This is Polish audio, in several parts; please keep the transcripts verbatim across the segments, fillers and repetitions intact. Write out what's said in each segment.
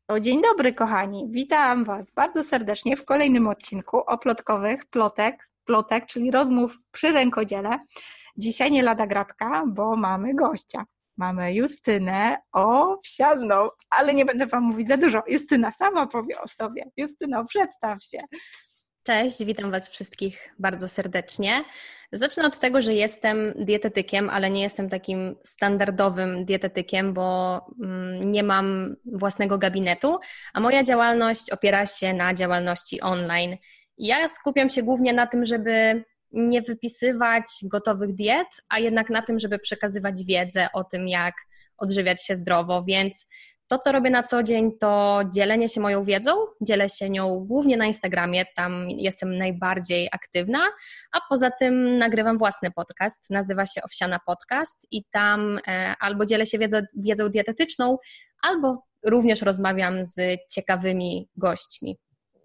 O, dzień dobry, kochani. Witam Was bardzo serdecznie w kolejnym odcinku oplotkowych plotek, plotek, czyli rozmów przy rękodziele. Dzisiaj nie lada gratka, bo mamy gościa. Mamy Justynę Owsianną, ale nie będę Wam mówić za dużo. Justyna sama powie o sobie. Justyno, przedstaw się. Cześć, witam Was wszystkich bardzo serdecznie. Zacznę od tego, że jestem dietetykiem, ale nie jestem takim standardowym dietetykiem, bo nie mam własnego gabinetu, a moja działalność opiera się na działalności online. Ja skupiam się głównie na tym, żeby nie wypisywać gotowych diet, a jednak na tym, żeby przekazywać wiedzę o tym, jak odżywiać się zdrowo, więc to, co robię na co dzień, to dzielenie się moją wiedzą, dzielę się nią głównie na Instagramie, tam jestem najbardziej aktywna, a poza tym nagrywam własny podcast, nazywa się Owsiana Podcast i tam e, albo dzielę się wiedzą, wiedzą dietetyczną, albo również rozmawiam z ciekawymi gośćmi.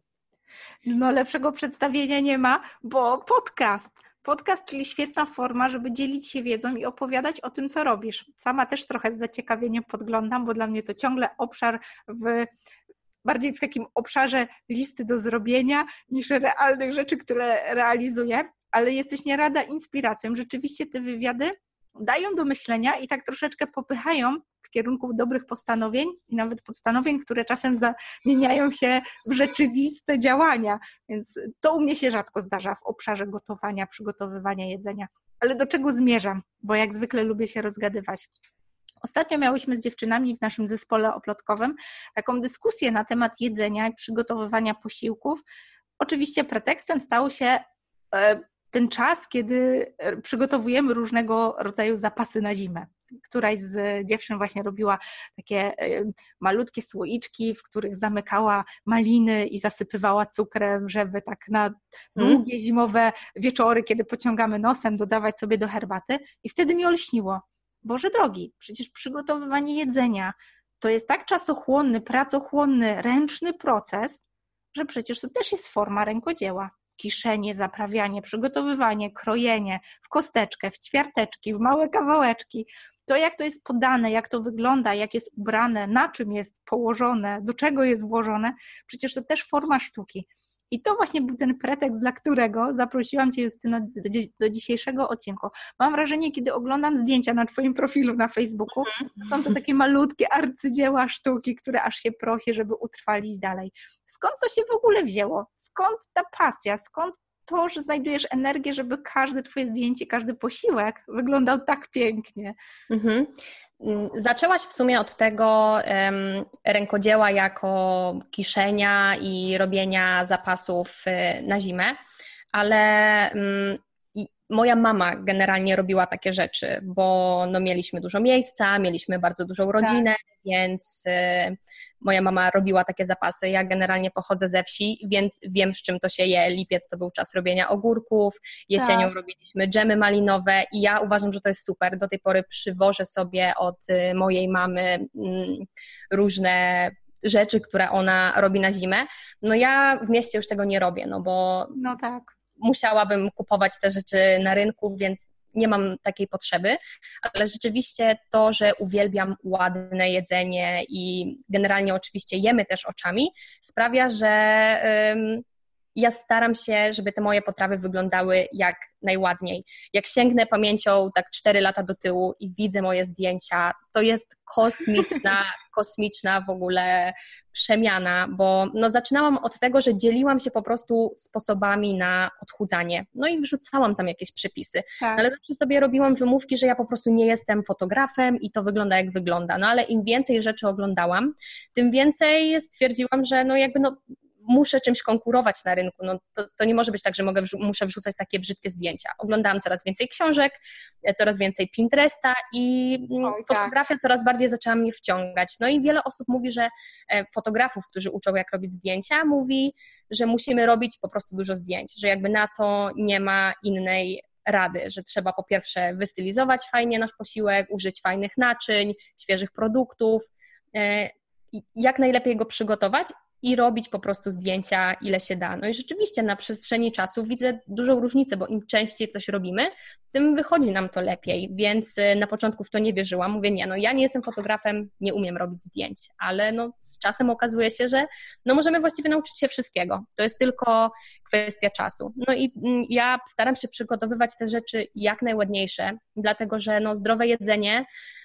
No lepszego przedstawienia nie ma, bo podcast. Podcast, czyli świetna forma, żeby dzielić się wiedzą i opowiadać o tym, co robisz. Sama też trochę z zaciekawieniem podglądam, bo dla mnie to ciągle obszar w, bardziej w takim obszarze listy do zrobienia niż realnych rzeczy, które realizuję, ale jesteś nie lada inspiracją. Rzeczywiście te wywiady dają do myślenia i tak troszeczkę popychają w kierunku dobrych postanowień i nawet postanowień, które czasem zamieniają się w rzeczywiste działania, więc to u mnie się rzadko zdarza w obszarze gotowania, przygotowywania jedzenia. Ale do czego zmierzam? Bo jak zwykle lubię się rozgadywać. Ostatnio miałyśmy z dziewczynami w naszym zespole oplotkowym taką dyskusję na temat jedzenia i przygotowywania posiłków. Oczywiście pretekstem stał się ten czas, kiedy przygotowujemy różnego rodzaju zapasy na zimę. Któraś z dziewczyn właśnie robiła takie malutkie słoiczki, w których zamykała maliny i zasypywała cukrem, żeby tak na długie zimowe wieczory, kiedy pociągamy nosem, dodawać sobie do herbaty. I wtedy mi olśniło. Boże drogi, przecież przygotowywanie jedzenia to jest tak czasochłonny, pracochłonny, ręczny proces, że przecież to też jest forma rękodzieła. Kiszenie, zaprawianie, przygotowywanie, krojenie w kosteczkę, w ćwiarteczki, w małe kawałeczki. To, jak to jest podane, jak to wygląda, jak jest ubrane, na czym jest położone, do czego jest włożone, przecież to też forma sztuki. I to właśnie był ten pretekst, dla którego zaprosiłam Cię, Justyno, do, do dzisiejszego odcinku. Mam wrażenie, kiedy oglądam zdjęcia na Twoim profilu na Facebooku, są to takie malutkie arcydzieła sztuki, które aż się prosi, żeby utrwalić dalej. Skąd to się w ogóle wzięło? Skąd ta pasja? Skąd to, że znajdujesz energię, żeby każde Twoje zdjęcie, każdy posiłek wyglądał tak pięknie? Mhm. Zaczęłaś w sumie od tego um, rękodzieła jako kiszenia i robienia zapasów y, na zimę, ale um, moja mama generalnie robiła takie rzeczy, bo no, mieliśmy dużo miejsca, mieliśmy bardzo dużą rodzinę, tak. Więc y, moja mama robiła takie zapasy. Ja generalnie pochodzę ze wsi, więc wiem, z czym to się je. Lipiec to był czas robienia ogórków, jesienią tak. robiliśmy dżemy malinowe i ja uważam, że to jest super. Do tej pory przywożę sobie od y, mojej mamy y, różne rzeczy, które ona robi na zimę. No ja w mieście już tego nie robię, no bo... No tak. musiałabym kupować te rzeczy na rynku, więc nie mam takiej potrzeby, ale rzeczywiście to, że uwielbiam ładne jedzenie i generalnie oczywiście jemy też oczami, sprawia, że um, ja staram się, żeby te moje potrawy wyglądały jak najładniej. Jak sięgnę pamięcią tak cztery lata do tyłu i widzę moje zdjęcia, to jest kosmiczna, kosmiczna w ogóle przemiana, bo no zaczynałam od tego, że dzieliłam się po prostu sposobami na odchudzanie. No i wrzucałam tam jakieś przepisy. Tak. Ale zawsze sobie robiłam wymówki, że ja po prostu nie jestem fotografem i to wygląda jak wygląda. No ale im więcej rzeczy oglądałam, tym więcej stwierdziłam, że no jakby no muszę czymś konkurować na rynku, no to, to nie może być tak, że mogę, muszę wrzucać takie brzydkie zdjęcia. Oglądałam coraz więcej książek, coraz więcej Pinteresta i Oj, fotografia tak. coraz bardziej zaczęła mnie wciągać. No i wiele osób mówi, że fotografów, którzy uczą jak robić zdjęcia, mówi, że musimy robić po prostu dużo zdjęć, że jakby na to nie ma innej rady, że trzeba po pierwsze wystylizować fajnie nasz posiłek, użyć fajnych naczyń, świeżych produktów, jak najlepiej go przygotować i robić po prostu zdjęcia, ile się da. No i rzeczywiście na przestrzeni czasu widzę dużą różnicę, bo im częściej coś robimy, tym wychodzi nam to lepiej, więc na początku w to nie wierzyłam. Mówię, nie, no ja nie jestem fotografem, nie umiem robić zdjęć, ale no z czasem okazuje się, że no możemy właściwie nauczyć się wszystkiego. To jest tylko kwestia czasu. No i ja staram się przygotowywać te rzeczy jak najładniejsze, dlatego że no zdrowe jedzenie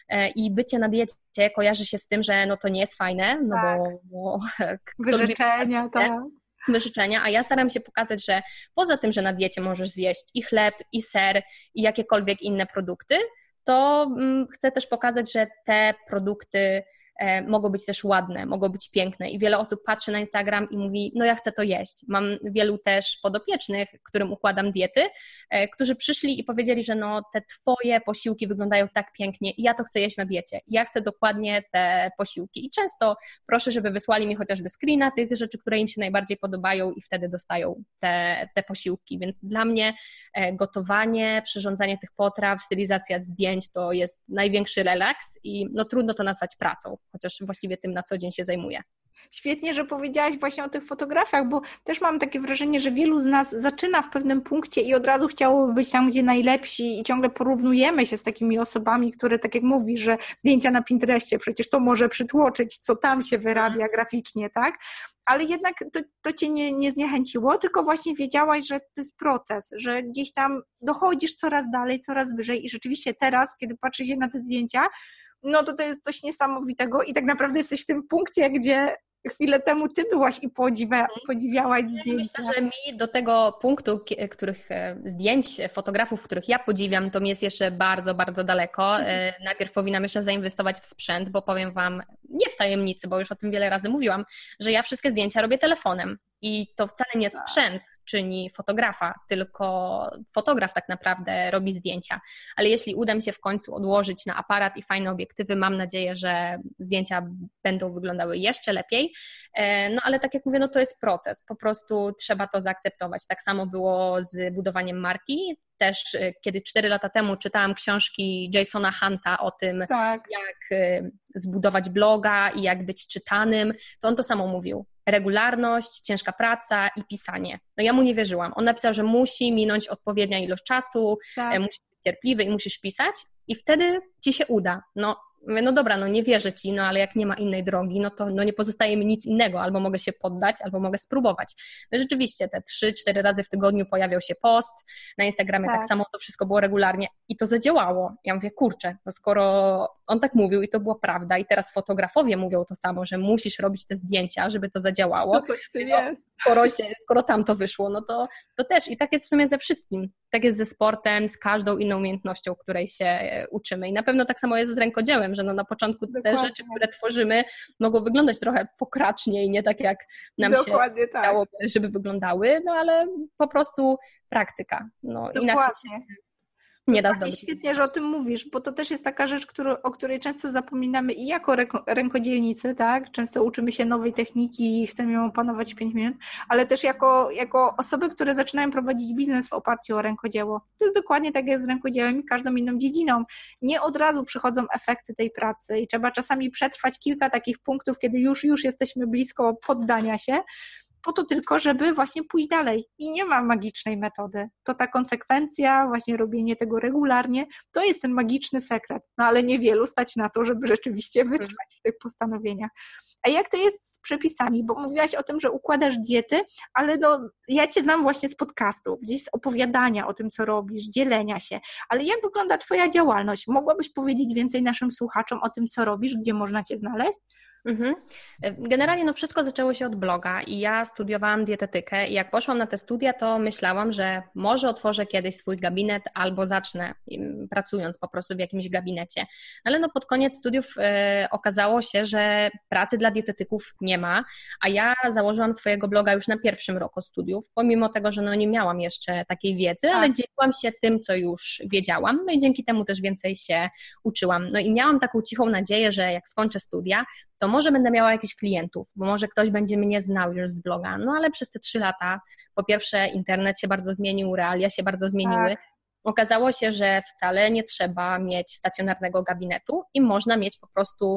i bycie na diecie kojarzy się z tym, że no to nie jest fajne, no tak. bo, bo wyrzeczenia, tak. wyrzeczenia, a ja staram się pokazać, że poza tym, że na diecie możesz zjeść i chleb, i ser, i jakiekolwiek inne produkty, to chcę też pokazać, że te produkty mogą być też ładne, mogą być piękne i wiele osób patrzy na Instagram i mówi, no ja chcę to jeść. Mam wielu też podopiecznych, którym układam diety, którzy przyszli i powiedzieli, że no te twoje posiłki wyglądają tak pięknie i ja to chcę jeść na diecie. Ja chcę dokładnie te posiłki i często proszę, żeby wysłali mi chociażby screena tych rzeczy, które im się najbardziej podobają i wtedy dostają te, te posiłki, więc dla mnie gotowanie, przyrządzanie tych potraw, stylizacja zdjęć to jest największy relaks i no trudno to nazwać pracą, chociaż właściwie tym na co dzień się zajmuję. Świetnie, że powiedziałaś właśnie o tych fotografiach, bo też mam takie wrażenie, że wielu z nas zaczyna w pewnym punkcie i od razu chciałoby być tam, gdzie najlepsi i ciągle porównujemy się z takimi osobami, które, tak jak mówisz, że zdjęcia na Pinterestie, przecież to może przytłoczyć, co tam się wyrabia graficznie, tak? Ale jednak to, to cię nie, nie zniechęciło, tylko właśnie wiedziałaś, że to jest proces, że gdzieś tam dochodzisz coraz dalej, coraz wyżej i rzeczywiście teraz, kiedy patrzy się na te zdjęcia, no to to jest coś niesamowitego i tak naprawdę jesteś w tym punkcie, gdzie chwilę temu ty byłaś i podziwia, podziwiałaś zdjęcia. Myślę, że mi do tego punktu, których zdjęć, fotografów, których ja podziwiam, to mi jest jeszcze bardzo, bardzo daleko. Mhm. Najpierw powinnam jeszcze zainwestować w sprzęt, bo powiem wam, nie w tajemnicy, bo już o tym wiele razy mówiłam, że ja wszystkie zdjęcia robię telefonem i to wcale nie sprzęt czyni fotografa, tylko fotograf tak naprawdę robi zdjęcia. Ale jeśli uda mi się w końcu odłożyć na aparat i fajne obiektywy, mam nadzieję, że zdjęcia będą wyglądały jeszcze lepiej. No ale tak jak mówię, no to jest proces, po prostu trzeba to zaakceptować. Tak samo było z budowaniem marki. Też kiedy cztery lata temu czytałam książki Jasona Hunta o tym, tak. jak zbudować bloga i jak być czytanym, to on to samo mówił. Regularność, ciężka praca i pisanie. No ja mu nie wierzyłam. On napisał, że musi minąć odpowiednia ilość czasu, tak. musisz być cierpliwy i musisz pisać i wtedy ci się uda. No, mówię, no dobra, no nie wierzę ci, no ale jak nie ma innej drogi, no to no nie pozostaje mi nic innego. Albo mogę się poddać, albo mogę spróbować. No rzeczywiście te trzy, cztery razy w tygodniu pojawiał się post, na Instagramie tak. tak samo to wszystko było regularnie i to zadziałało. Ja mówię, kurczę, no skoro on tak mówił i to była prawda i teraz fotografowie mówią to samo, że musisz robić te zdjęcia, żeby to zadziałało. No coś tu no, jest. Skoro, się, skoro tam to wyszło, no to, to też i tak jest w sumie ze wszystkim. Tak jest ze sportem, z każdą inną umiejętnością, której się uczymy. I na pewno tak samo jest z rękodziełem, że no na początku Dokładnie. te rzeczy, które tworzymy, mogą wyglądać trochę pokracznie i nie tak, jak nam Dokładnie się tak. chciało, żeby wyglądały, no ale po prostu praktyka. No, inaczej się nie da zdobyć. Świetnie, że o tym mówisz, bo to też jest taka rzecz, którą, o której często zapominamy i jako rękodzielnicy, tak? Często uczymy się nowej techniki i chcemy ją opanować w pięć minut, ale też jako, jako osoby, które zaczynają prowadzić biznes w oparciu o rękodzieło. To jest dokładnie tak jak z rękodziełem i każdą inną dziedziną. Nie od razu przychodzą efekty tej pracy i trzeba czasami przetrwać kilka takich punktów, kiedy już, już jesteśmy blisko poddania się, po to tylko, żeby właśnie pójść dalej. I nie ma magicznej metody. To ta konsekwencja, właśnie robienie tego regularnie, to jest ten magiczny sekret. No ale niewielu stać na to, żeby rzeczywiście wytrwać w tych postanowieniach. A jak to jest z przepisami? Bo mówiłaś o tym, że układasz diety, ale no, ja Cię znam właśnie z podcastu, gdzieś z opowiadania o tym, co robisz, dzielenia się. Ale jak wygląda Twoja działalność? Mogłabyś powiedzieć więcej naszym słuchaczom o tym, co robisz, gdzie można Cię znaleźć? Mhm. Generalnie no wszystko zaczęło się od bloga i ja studiowałam dietetykę i jak poszłam na te studia, to myślałam, że może otworzę kiedyś swój gabinet albo zacznę pracując po prostu w jakimś gabinecie. Ale no pod koniec studiów e, okazało się, że pracy dla dietetyków nie ma, a ja założyłam swojego bloga już na pierwszym roku studiów, pomimo tego, że no nie miałam jeszcze takiej wiedzy, tak. ale dzieliłam się tym, co już wiedziałam, no i dzięki temu też więcej się uczyłam. No i miałam taką cichą nadzieję, że jak skończę studia, to może będę miała jakichś klientów, bo może ktoś będzie mnie znał już z bloga. No ale przez te trzy lata, po pierwsze internet się bardzo zmienił, realia się bardzo zmieniły. Tak. Okazało się, że wcale nie trzeba mieć stacjonarnego gabinetu i można mieć po prostu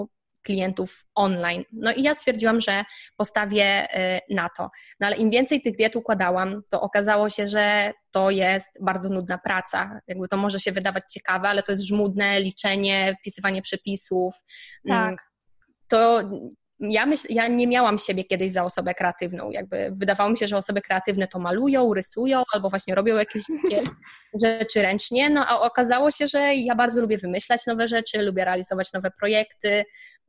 klientów online. No i ja stwierdziłam, że postawię na to. No ale im więcej tych diet układałam, to okazało się, że to jest bardzo nudna praca. Jakby to może się wydawać ciekawe, ale to jest żmudne liczenie, wpisywanie przepisów. Tak. To ja, myśl, ja nie miałam siebie kiedyś za osobę kreatywną. Jakby wydawało mi się, że osoby kreatywne to malują, rysują albo właśnie robią jakieś takie rzeczy ręcznie, no a okazało się, że ja bardzo lubię wymyślać nowe rzeczy, lubię realizować nowe projekty.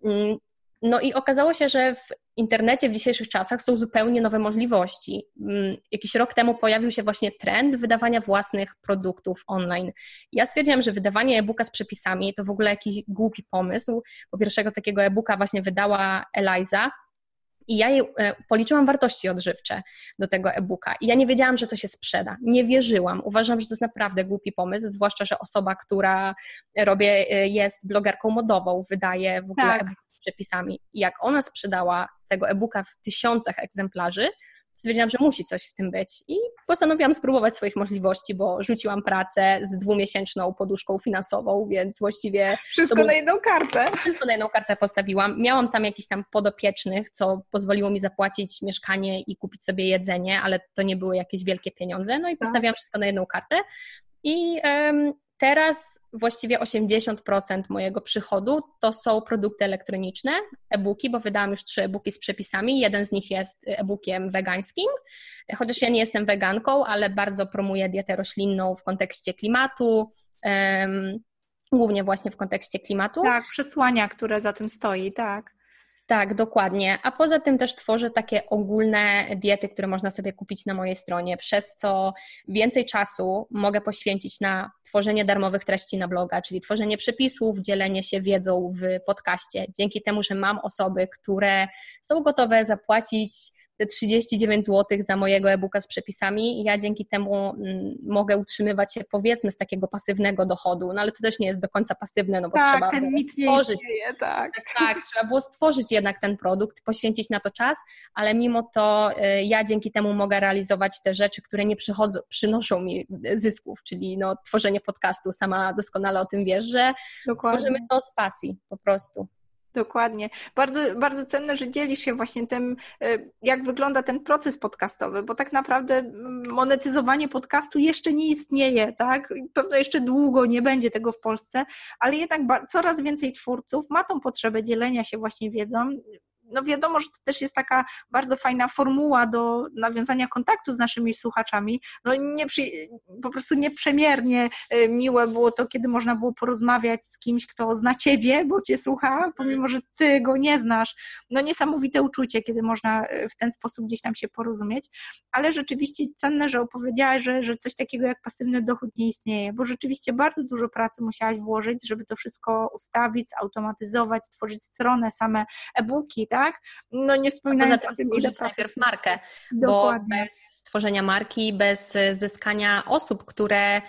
No i okazało się, że w internecie w dzisiejszych czasach są zupełnie nowe możliwości. Jakiś rok temu pojawił się właśnie trend wydawania własnych produktów online. Ja stwierdziłam, że wydawanie e-booka z przepisami to w ogóle jakiś głupi pomysł, bo pierwszego takiego e-booka właśnie wydała Eliza i ja jej policzyłam wartości odżywcze do tego e-booka i ja nie wiedziałam, że to się sprzeda. Nie wierzyłam. Uważam, że to jest naprawdę głupi pomysł, zwłaszcza, że osoba, która robię, jest blogerką modową, wydaje w ogóle tak. e-book przepisami. I jak ona sprzedała tego e-booka w tysiącach egzemplarzy, stwierdziłam, że musi coś w tym być i postanowiłam spróbować swoich możliwości, bo rzuciłam pracę z dwumiesięczną poduszką finansową, więc właściwie... Wszystko był... na jedną kartę. Wszystko na jedną kartę postawiłam. Miałam tam jakichś tam podopiecznych, co pozwoliło mi zapłacić mieszkanie i kupić sobie jedzenie, ale to nie były jakieś wielkie pieniądze, no i postawiłam wszystko na jedną kartę i... Um, Teraz właściwie osiemdziesiąt procent mojego przychodu to są produkty elektroniczne, e-booki, bo wydałam już trzy e-booki z przepisami. Jeden z nich jest e-bookiem wegańskim, chociaż ja nie jestem weganką, ale bardzo promuję dietę roślinną w kontekście klimatu, um, głównie właśnie w kontekście klimatu. Tak, przesłania, które za tym stoi, tak. Tak, dokładnie. A poza tym też tworzę takie ogólne diety, które można sobie kupić na mojej stronie, przez co więcej czasu mogę poświęcić na tworzenie darmowych treści na bloga, czyli tworzenie przepisów, dzielenie się wiedzą w podcaście. Dzięki temu, że mam osoby, które są gotowe zapłacić te trzydzieści dziewięć złotych za mojego e-booka z przepisami, ja dzięki temu m, mogę utrzymywać się powiedzmy z takiego pasywnego dochodu, no ale to też nie jest do końca pasywne, no bo tak, trzeba było stworzyć, istnieje, tak. tak, tak, trzeba było stworzyć jednak ten produkt, poświęcić na to czas, ale mimo to y, ja dzięki temu mogę realizować te rzeczy, które nie przychodzą, przynoszą mi zysków, czyli no, tworzenie podcastu, sama doskonale o tym wiesz, że Dokładnie. Tworzymy to z pasji po prostu. Dokładnie. Bardzo, bardzo cenne, że dzielisz się właśnie tym, jak wygląda ten proces podcastowy, bo tak naprawdę monetyzowanie podcastu jeszcze nie istnieje, tak? Pewno jeszcze długo nie będzie tego w Polsce, ale jednak coraz więcej twórców ma tą potrzebę dzielenia się właśnie wiedzą. No wiadomo, że to też jest taka bardzo fajna formuła do nawiązania kontaktu z naszymi słuchaczami. No nie przy, po prostu nieprzemiernie miłe było to, kiedy można było porozmawiać z kimś, kto zna ciebie, bo cię słucha, pomimo że ty go nie znasz. No niesamowite uczucie, kiedy można w ten sposób gdzieś tam się porozumieć, ale rzeczywiście cenne, że opowiedziałaś, że, że coś takiego jak pasywny dochód nie istnieje, bo rzeczywiście bardzo dużo pracy musiałaś włożyć, żeby to wszystko ustawić, zautomatyzować, stworzyć stronę, same e-booki, tak? Tak? No nie wspominając o tym, ile najpierw markę, Dokładnie. Bo bez stworzenia marki, bez zyskania osób, które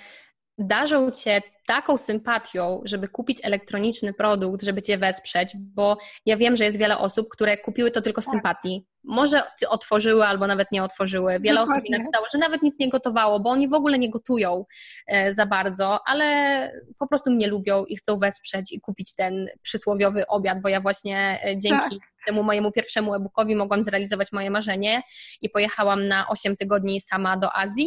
darzą cię taką sympatią, żeby kupić elektroniczny produkt, żeby cię wesprzeć, bo ja wiem, że jest wiele osób, które kupiły to tylko z tak. sympatii. Może otworzyły albo nawet nie otworzyły. Wiele Dokładnie. osób mi napisało, że nawet nic nie gotowało, bo oni w ogóle nie gotują e, za bardzo, ale po prostu mnie lubią i chcą wesprzeć i kupić ten przysłowiowy obiad, bo ja właśnie e, dzięki tak. temu mojemu pierwszemu e-bookowi mogłam zrealizować moje marzenie i pojechałam na osiem tygodni sama do Azji.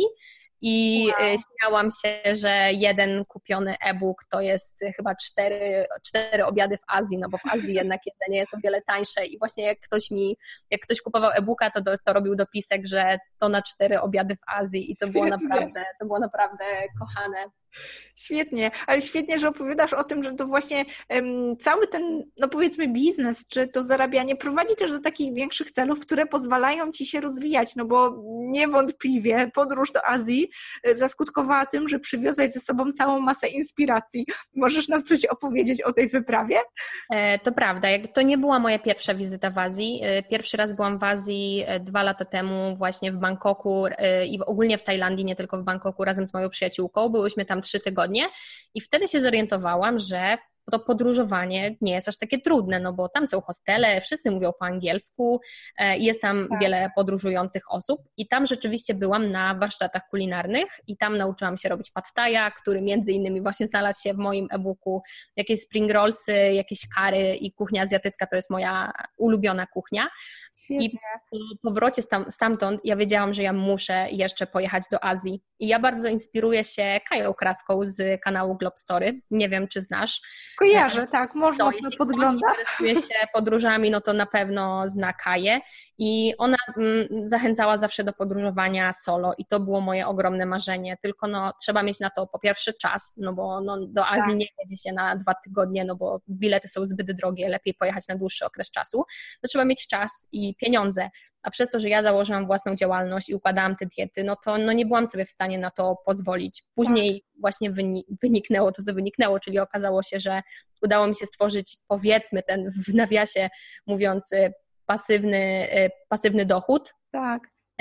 I wow. śmiałam się, że jeden kupiony e-book to jest chyba cztery, cztery obiady w Azji, no bo w Azji jednak jedzenie jest o wiele tańsze i właśnie jak ktoś mi, jak ktoś kupował e-booka, to, to robił dopisek, że to na cztery obiady w Azji i to było naprawdę, to było naprawdę kochane. Świetnie, ale świetnie, że opowiadasz o tym, że to właśnie um, cały ten, no powiedzmy biznes, czy to zarabianie prowadzi też do takich większych celów, które pozwalają ci się rozwijać, no bo niewątpliwie podróż do Azji zaskutkowała tym, że przywiozłaś ze sobą całą masę inspiracji. Możesz nam coś opowiedzieć o tej wyprawie? E, to prawda, to nie była moja pierwsza wizyta w Azji. Pierwszy raz byłam w Azji dwa lata temu właśnie w Bangkoku i ogólnie w Tajlandii, nie tylko w Bangkoku, razem z moją przyjaciółką. Byłyśmy tam trzy tygodnie i wtedy się zorientowałam, że to podróżowanie nie jest aż takie trudne, no bo tam są hostele, wszyscy mówią po angielsku, jest tam tak. wiele podróżujących osób i tam rzeczywiście byłam na warsztatach kulinarnych i tam nauczyłam się robić pad thaia, który między innymi właśnie znalazł się w moim e-booku, jakieś spring rollsy, jakieś curry i kuchnia azjatycka to jest moja ulubiona kuchnia. Świetnie. I po powrocie stam, stamtąd ja wiedziałam, że ja muszę jeszcze pojechać do Azji i ja bardzo inspiruję się Kają Kraską z kanału Globstory, nie wiem czy znasz. Kojarzę, tak, można to, jeśli podgląda. ktoś interesuje się podróżami, no to na pewno zna Kaję i ona mm, zachęcała zawsze do podróżowania solo i to było moje ogromne marzenie, tylko no trzeba mieć na to po pierwsze czas, no bo no, do Azji tak. nie jedzie się na dwa tygodnie, no bo bilety są zbyt drogie, lepiej pojechać na dłuższy okres czasu, to trzeba mieć czas i pieniądze. A przez to, że ja założyłam własną działalność i układałam te diety, no to no nie byłam sobie w stanie na to pozwolić. Później tak. właśnie wyniknęło to, co wyniknęło, czyli okazało się, że udało mi się stworzyć, powiedzmy, ten w nawiasie mówiąc pasywny, pasywny dochód. Tak.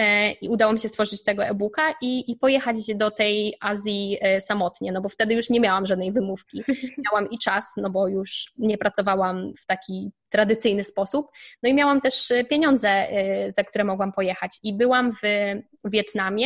I udało mi się stworzyć tego e-booka i, i pojechać do tej Azji samotnie, no bo wtedy już nie miałam żadnej wymówki. Miałam i czas, no bo już nie pracowałam w taki tradycyjny sposób, no i miałam też pieniądze, za które mogłam pojechać i byłam w Wietnamie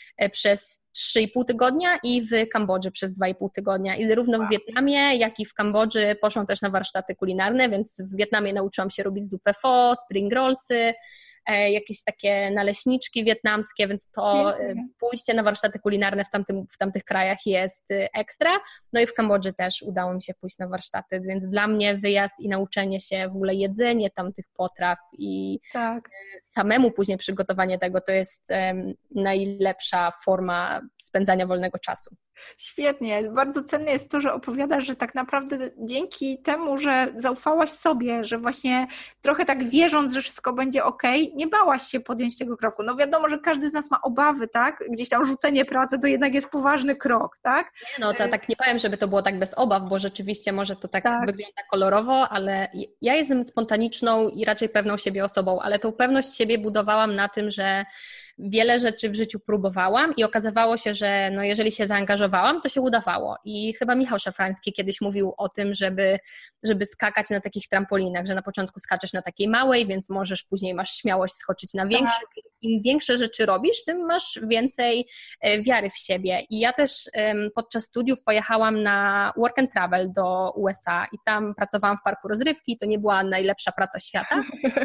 przez trzy i pół tygodnia i w Kambodży przez dwa i pół tygodnia i zarówno w Wietnamie, jak i w Kambodży poszłam też na warsztaty kulinarne, więc w Wietnamie nauczyłam się robić zupę pho, spring rollsy, jakieś takie naleśniczki wietnamskie, więc to pójście na warsztaty kulinarne w, tamtym, w tamtych krajach jest ekstra. No i w Kambodży też udało mi się pójść na warsztaty, więc dla mnie wyjazd i nauczenie się w ogóle jedzenie tamtych potraw i tak. samemu później przygotowanie tego to jest um, najlepsza forma spędzania wolnego czasu. Świetnie. Bardzo cenne jest to, że opowiadasz, że tak naprawdę dzięki temu, że zaufałaś sobie, że właśnie trochę tak wierząc, że wszystko będzie okej, nie bałaś się podjąć tego kroku. No wiadomo, że każdy z nas ma obawy, tak? Gdzieś tam rzucenie pracy to jednak jest poważny krok, tak? Nie, no to tak nie powiem, żeby to było tak bez obaw, bo rzeczywiście może to tak, tak wygląda kolorowo, ale ja jestem spontaniczną i raczej pewną siebie osobą, ale tą pewność siebie budowałam na tym, że wiele rzeczy w życiu próbowałam i okazywało się, że no jeżeli się zaangażowałam, to się udawało. I chyba Michał Szafrański kiedyś mówił o tym, żeby, żeby skakać na takich trampolinach, że na początku skaczesz na takiej małej, więc możesz później masz śmiałość skoczyć na większą. Tak. Im większe rzeczy robisz, tym masz więcej wiary w siebie. I ja też podczas studiów pojechałam na work and travel do U S A i tam pracowałam w parku rozrywki, to nie była najlepsza praca świata.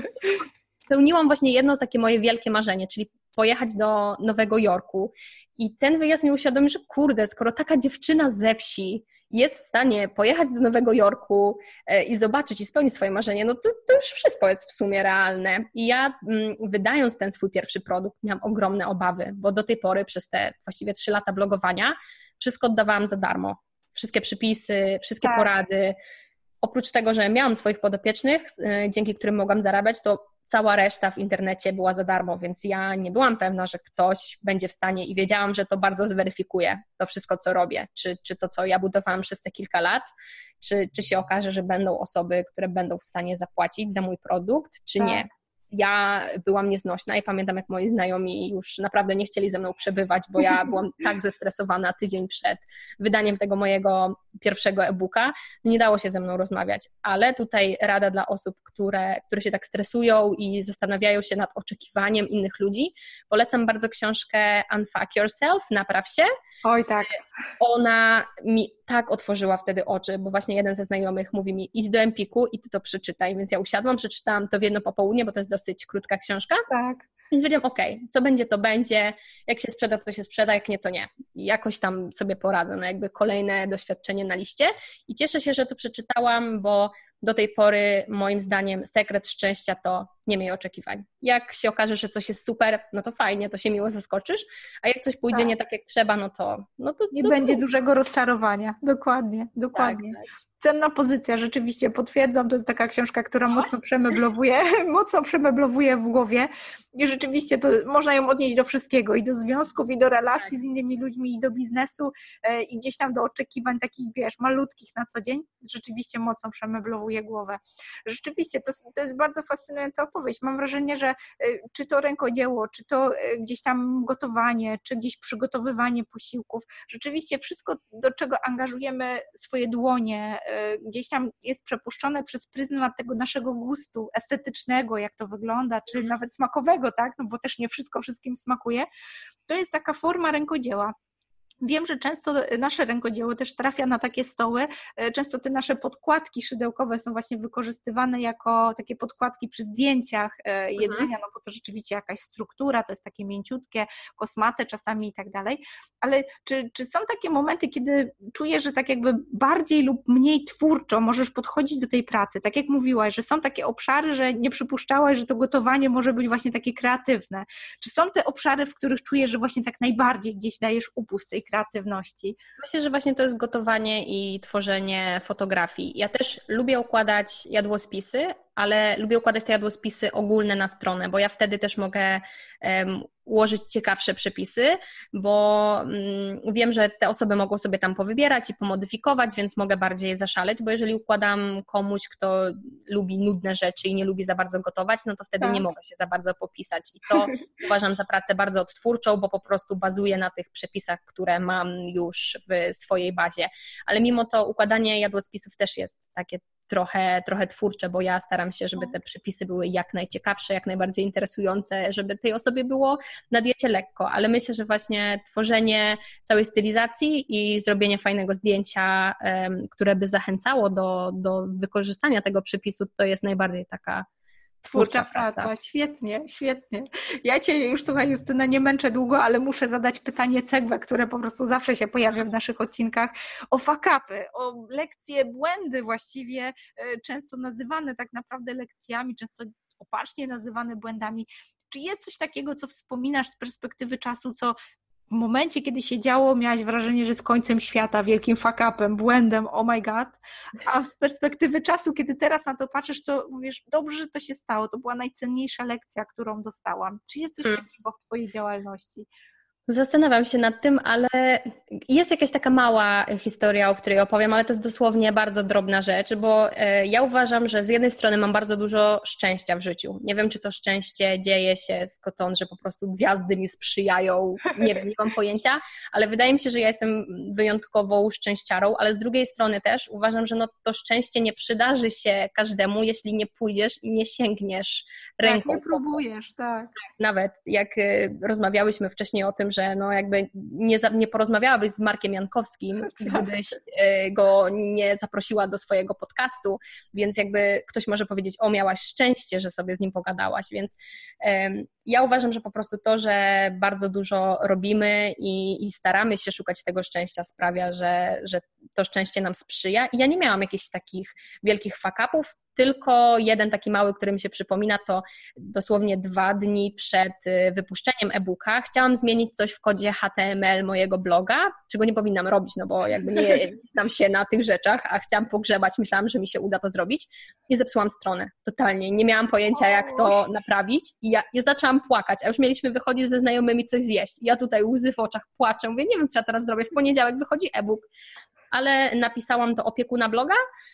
Spełniłam właśnie jedno takie moje wielkie marzenie, czyli pojechać do Nowego Jorku i ten wyjazd mi uświadomił, że kurde, skoro taka dziewczyna ze wsi jest w stanie pojechać do Nowego Jorku i zobaczyć i spełnić swoje marzenie, no to, to już wszystko jest w sumie realne. I ja mm, wydając ten swój pierwszy produkt miałam ogromne obawy, bo do tej pory przez te właściwie trzy lata blogowania wszystko oddawałam za darmo. Wszystkie przypisy, wszystkie tak. porady. Oprócz tego, że miałam swoich podopiecznych, dzięki którym mogłam zarabiać, to cała reszta w internecie była za darmo, więc ja nie byłam pewna, że ktoś będzie w stanie i wiedziałam, że to bardzo zweryfikuje to wszystko, co robię, czy, czy to, co ja budowałam przez te kilka lat, czy, czy się okaże, że będą osoby, które będą w stanie zapłacić za mój produkt, czy tak. nie. Ja byłam nieznośna i pamiętam, jak moi znajomi już naprawdę nie chcieli ze mną przebywać, bo ja byłam tak zestresowana tydzień przed wydaniem tego mojego pierwszego e-booka, nie dało się ze mną rozmawiać, ale tutaj rada dla osób, które, które się tak stresują i zastanawiają się nad oczekiwaniem innych ludzi. Polecam bardzo książkę Unfuck Yourself, Napraw się. Oj tak. Ona mi tak otworzyła wtedy oczy, bo właśnie jeden ze znajomych mówi mi idź do Empiku i ty to przeczytaj, więc ja usiadłam, przeczytałam to w jedno popołudnie, bo to jest dosyć krótka książka. Tak. Więc wiedziałam, okej, okay, co będzie, to będzie, jak się sprzeda, to się sprzeda, jak nie, to nie. I jakoś tam sobie poradzę, no jakby kolejne doświadczenie na liście i cieszę się, że to przeczytałam, bo do tej pory moim zdaniem sekret szczęścia to nie miej oczekiwań. Jak się okaże, że coś jest super, no to fajnie, to się miło zaskoczysz, a jak coś pójdzie tak. nie tak jak trzeba, no to... No to nie to, będzie to... dużego rozczarowania, dokładnie, dokładnie. Tak, tak. Cenna pozycja, rzeczywiście potwierdzam, to jest taka książka, która no mocno przemeblowuje, mocno przemeblowuje w głowie i rzeczywiście to można ją odnieść do wszystkiego i do związków, i do relacji tak. z innymi ludźmi, i do biznesu, i gdzieś tam do oczekiwań takich, wiesz, malutkich na co dzień, rzeczywiście mocno przemeblowuje głowę. Rzeczywiście to, to jest bardzo fascynująca opowieść. Mam wrażenie, że czy to rękodzieło, czy to gdzieś tam gotowanie, czy gdzieś przygotowywanie posiłków, rzeczywiście wszystko, do czego angażujemy swoje dłonie, gdzieś tam jest przepuszczone przez pryzmat tego naszego gustu estetycznego, jak to wygląda, czy nawet smakowego, tak, no bo też nie wszystko wszystkim smakuje, to jest taka forma rękodzieła. Wiem, że często nasze rękodzieło też trafia na takie stoły, często te nasze podkładki szydełkowe są właśnie wykorzystywane jako takie podkładki przy zdjęciach jedzenia, mhm. no bo to rzeczywiście jakaś struktura, to jest takie mięciutkie, kosmate czasami i tak dalej, ale czy, czy są takie momenty, kiedy czujesz, że tak jakby bardziej lub mniej twórczo możesz podchodzić do tej pracy, tak jak mówiłaś, że są takie obszary, że nie przypuszczałaś, że to gotowanie może być właśnie takie kreatywne. Czy są te obszary, w których czujesz, że właśnie tak najbardziej gdzieś dajesz upust tej kreatywności? Myślę, że właśnie to jest gotowanie i tworzenie fotografii. Ja też lubię układać jadłospisy, ale lubię układać te jadłospisy ogólne na stronę, bo ja wtedy też mogę um, ułożyć ciekawsze przepisy, bo um, wiem, że te osoby mogą sobie tam powybierać i pomodyfikować, więc mogę bardziej zaszaleć, bo jeżeli układam komuś, kto lubi nudne rzeczy i nie lubi za bardzo gotować, no to wtedy tak. nie mogę się za bardzo popisać i to uważam za pracę bardzo odtwórczą, bo po prostu bazuję na tych przepisach, które mam już w swojej bazie, ale mimo to układanie jadłospisów też jest takie trochę, trochę twórcze, bo ja staram się, żeby te przepisy były jak najciekawsze, jak najbardziej interesujące, żeby tej osobie było na diecie lekko, ale myślę, że właśnie tworzenie całej stylizacji i zrobienie fajnego zdjęcia, um, które by zachęcało do, do wykorzystania tego przepisu, to jest najbardziej taka twórcza praca. praca. Świetnie, świetnie. Ja Cię już, słuchaj Justyna, nie męczę długo, ale muszę zadać pytanie cegłę, które po prostu zawsze się pojawia w naszych odcinkach, o fuck-upy, o lekcje, błędy właściwie, często nazywane tak naprawdę lekcjami, często opacznie nazywane błędami. Czy jest coś takiego, co wspominasz z perspektywy czasu, co w momencie, kiedy się działo, miałaś wrażenie, że z końcem świata, wielkim fuck-upem, błędem, oh my god, a z perspektywy czasu, kiedy teraz na to patrzysz, to mówisz, dobrze, że to się stało, to była najcenniejsza lekcja, którą dostałam. Czy jest coś hmm. takiego w Twojej działalności? Zastanawiam się nad tym, ale jest jakaś taka mała historia, o której opowiem, ale to jest dosłownie bardzo drobna rzecz, bo ja uważam, że z jednej strony mam bardzo dużo szczęścia w życiu. Nie wiem, czy to szczęście dzieje się skąd, że po prostu gwiazdy mi sprzyjają, nie wiem, nie mam pojęcia, ale wydaje mi się, że ja jestem wyjątkową szczęściarą, ale z drugiej strony też uważam, że no to szczęście nie przydarzy się każdemu, jeśli nie pójdziesz i nie sięgniesz ręką. Tak, nie próbujesz, tak. Nawet jak rozmawiałyśmy wcześniej o tym, że że no jakby nie, nie porozmawiałabyś z Markiem Jankowskim, gdybyś go nie zaprosiła do swojego podcastu, więc jakby ktoś może powiedzieć, o miałaś szczęście, że sobie z nim pogadałaś, więc um, ja uważam, że po prostu to, że bardzo dużo robimy i, i staramy się szukać tego szczęścia sprawia, że, że to szczęście nam sprzyja i ja nie miałam jakichś takich wielkich fuck-upów, tylko jeden taki mały, który mi się przypomina, to dosłownie dwa dni przed wypuszczeniem e-booka chciałam zmienić coś w kodzie H T M L mojego bloga, czego nie powinnam robić, no bo jakby nie znam się na tych rzeczach, a chciałam pogrzebać, myślałam, że mi się uda to zrobić i zepsułam stronę totalnie. Nie miałam pojęcia, jak to naprawić i ja, ja zaczęłam płakać, a już mieliśmy wychodzić ze znajomymi coś zjeść. I ja tutaj łzy w oczach płaczę, mówię, nie wiem, co ja teraz zrobię, w poniedziałek wychodzi e-book, ale napisałam do opiekuna bloga,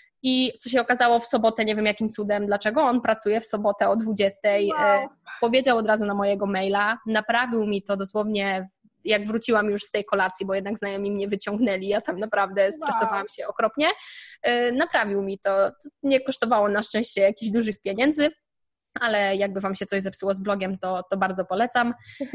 i co się okazało w sobotę, nie wiem jakim cudem, dlaczego on pracuje w sobotę o dwudziestej, wow. Powiedział od razu na mojego maila, naprawił mi to dosłownie, jak wróciłam już z tej kolacji, bo jednak znajomi mnie wyciągnęli, ja tam naprawdę stresowałam wow. się okropnie, naprawił mi to, nie kosztowało na szczęście jakichś dużych pieniędzy, ale jakby Wam się coś zepsuło z blogiem, to, to bardzo polecam.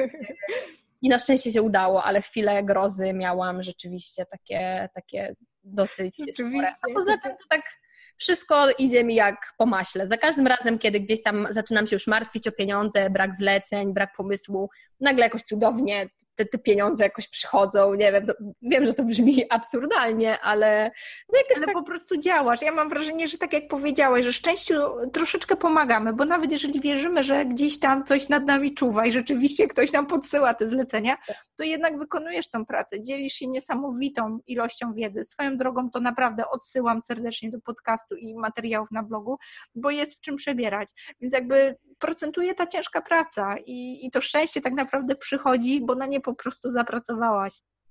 I na szczęście się udało, ale chwilę grozy miałam rzeczywiście takie, takie dosyć spore. A poza tym to tak wszystko idzie mi jak po maśle. Za każdym razem, kiedy gdzieś tam zaczynam się już martwić o pieniądze, brak zleceń, brak pomysłu, nagle jakoś cudownie te, te pieniądze jakoś przychodzą, nie wiem, to, wiem, że to brzmi absurdalnie, ale no jakoś ale tak... po prostu działasz. Ja mam wrażenie, że tak jak powiedziałeś, że szczęściu troszeczkę pomagamy, bo nawet jeżeli wierzymy, że gdzieś tam coś nad nami czuwa i rzeczywiście ktoś nam podsyła te zlecenia, to jednak wykonujesz tą pracę, dzielisz się niesamowitą ilością wiedzy. Swoją drogą to naprawdę odsyłam serdecznie do podcastu i materiałów na blogu, bo jest w czym przebierać. Więc jakby procentuje ta ciężka praca i, i to szczęście tak naprawdę przychodzi, bo na nie po prostu zapracowałaś.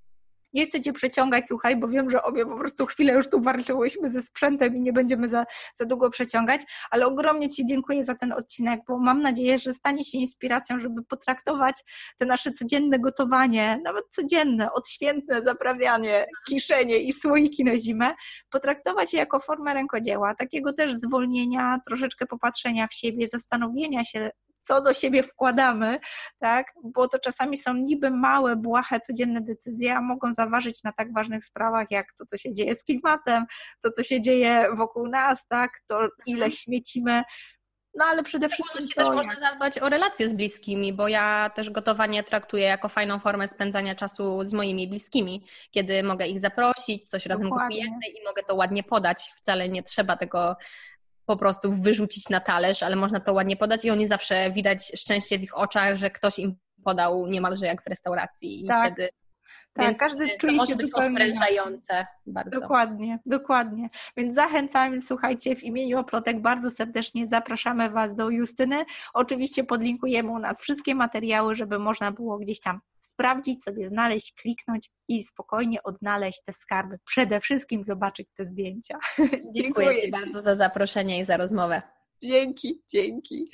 Nie chcę Cię przeciągać, słuchaj, bo wiem, że obie po prostu chwilę już tu walczyłyśmy ze sprzętem i nie będziemy za, za długo przeciągać, ale ogromnie Ci dziękuję za ten odcinek, bo mam nadzieję, że stanie się inspiracją, żeby potraktować te nasze codzienne gotowanie, nawet codzienne, odświętne zaprawianie, kiszenie i słoiki na zimę, potraktować je jako formę rękodzieła, takiego też zwolnienia, troszeczkę popatrzenia w siebie, zastanowienia się, co do siebie wkładamy, tak? Bo to czasami są niby małe, błahe, codzienne decyzje, a mogą zaważyć na tak ważnych sprawach, jak to, co się dzieje z klimatem, to, co się dzieje wokół nas, tak? To, ile śmiecimy. No ale przede wszystkim to... to, też jak... można zadbać o relacje z bliskimi, bo ja też gotowanie traktuję jako fajną formę spędzania czasu z moimi bliskimi, kiedy mogę ich zaprosić, coś razem gotujemy i mogę to ładnie podać. Wcale nie trzeba tego po prostu wyrzucić na talerz, ale można to ładnie podać i oni zawsze widać szczęście w ich oczach, że ktoś im podał niemalże jak w restauracji. I tak. wtedy Tak, więc każdy to czuje może się być zupełnie odprężające bardzo. Dokładnie, dokładnie. Więc zachęcamy, słuchajcie, w imieniu Oplotek bardzo serdecznie zapraszamy Was do Justyny. Oczywiście podlinkujemy u nas wszystkie materiały, żeby można było gdzieś tam sprawdzić, sobie znaleźć, kliknąć i spokojnie odnaleźć te skarby. Przede wszystkim zobaczyć te zdjęcia. Dziękuję Ci bardzo za zaproszenie i za rozmowę. Dzięki, dzięki.